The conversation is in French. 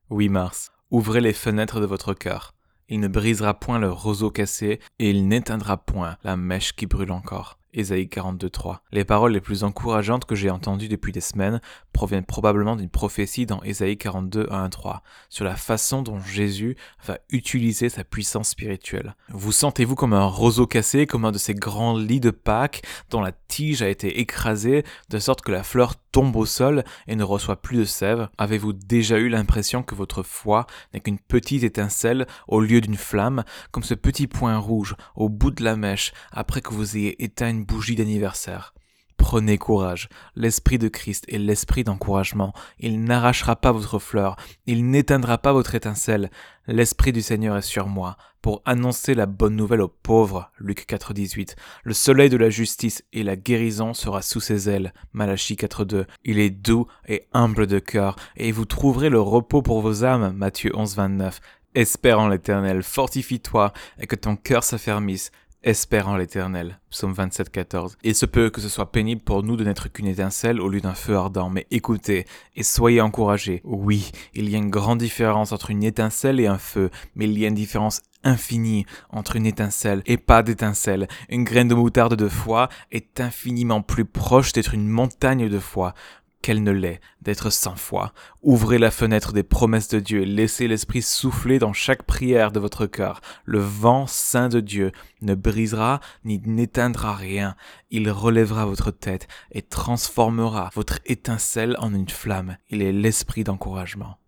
8 mars. Ouvrez les fenêtres de votre cœur. Il ne brisera point le roseau cassé, et il n'éteindra point la mèche qui brûle encore. Ésaïe 42:3. Les paroles les plus encourageantes que j'ai entendues depuis des semaines proviennent probablement d'une prophétie dans Ésaïe 42:1-3, sur la façon dont Jésus va utiliser sa puissance spirituelle. Vous sentez-vous comme un roseau cassé, comme un de ces grands lits de Pâques dont la tige a été écrasée de sorte que la fleur tombe au sol et ne reçoit plus de sève? Avez-vous déjà eu l'impression que votre foi n'est qu'une petite étincelle au lieu d'une flamme, comme ce petit point rouge au bout de la mèche après que vous ayez éteint une bougie d'anniversaire? Prenez courage, l'Esprit de Christ est l'Esprit d'encouragement. Il n'arrachera pas votre fleur, il n'éteindra pas votre étincelle. L'Esprit du Seigneur est sur moi, pour annoncer la bonne nouvelle aux pauvres. Luc 4:18. Le soleil de la justice et la guérison sera sous ses ailes. Malachie 4:2. Il est doux et humble de cœur, et vous trouverez le repos pour vos âmes. Matthieu 11:29. Espère en l'Éternel, fortifie-toi, et que ton cœur s'affermisse. Espère en l'Éternel. Psaume 27:14. Il se peut que ce soit pénible pour nous de n'être qu'une étincelle au lieu d'un feu ardent, mais écoutez et soyez encouragés. Oui, il y a une grande différence entre une étincelle et un feu, mais il y a une différence infinie entre une étincelle et pas d'étincelle. Une graine de moutarde de foi est infiniment plus proche d'être une montagne de foi qu'elle ne l'est d'être sans foi. Ouvrez la fenêtre des promesses de Dieu, laissez l'Esprit souffler dans chaque prière de votre cœur. Le vent saint de Dieu ne brisera ni n'éteindra rien. Il relèvera votre tête et transformera votre étincelle en une flamme. Il est l'Esprit d'encouragement.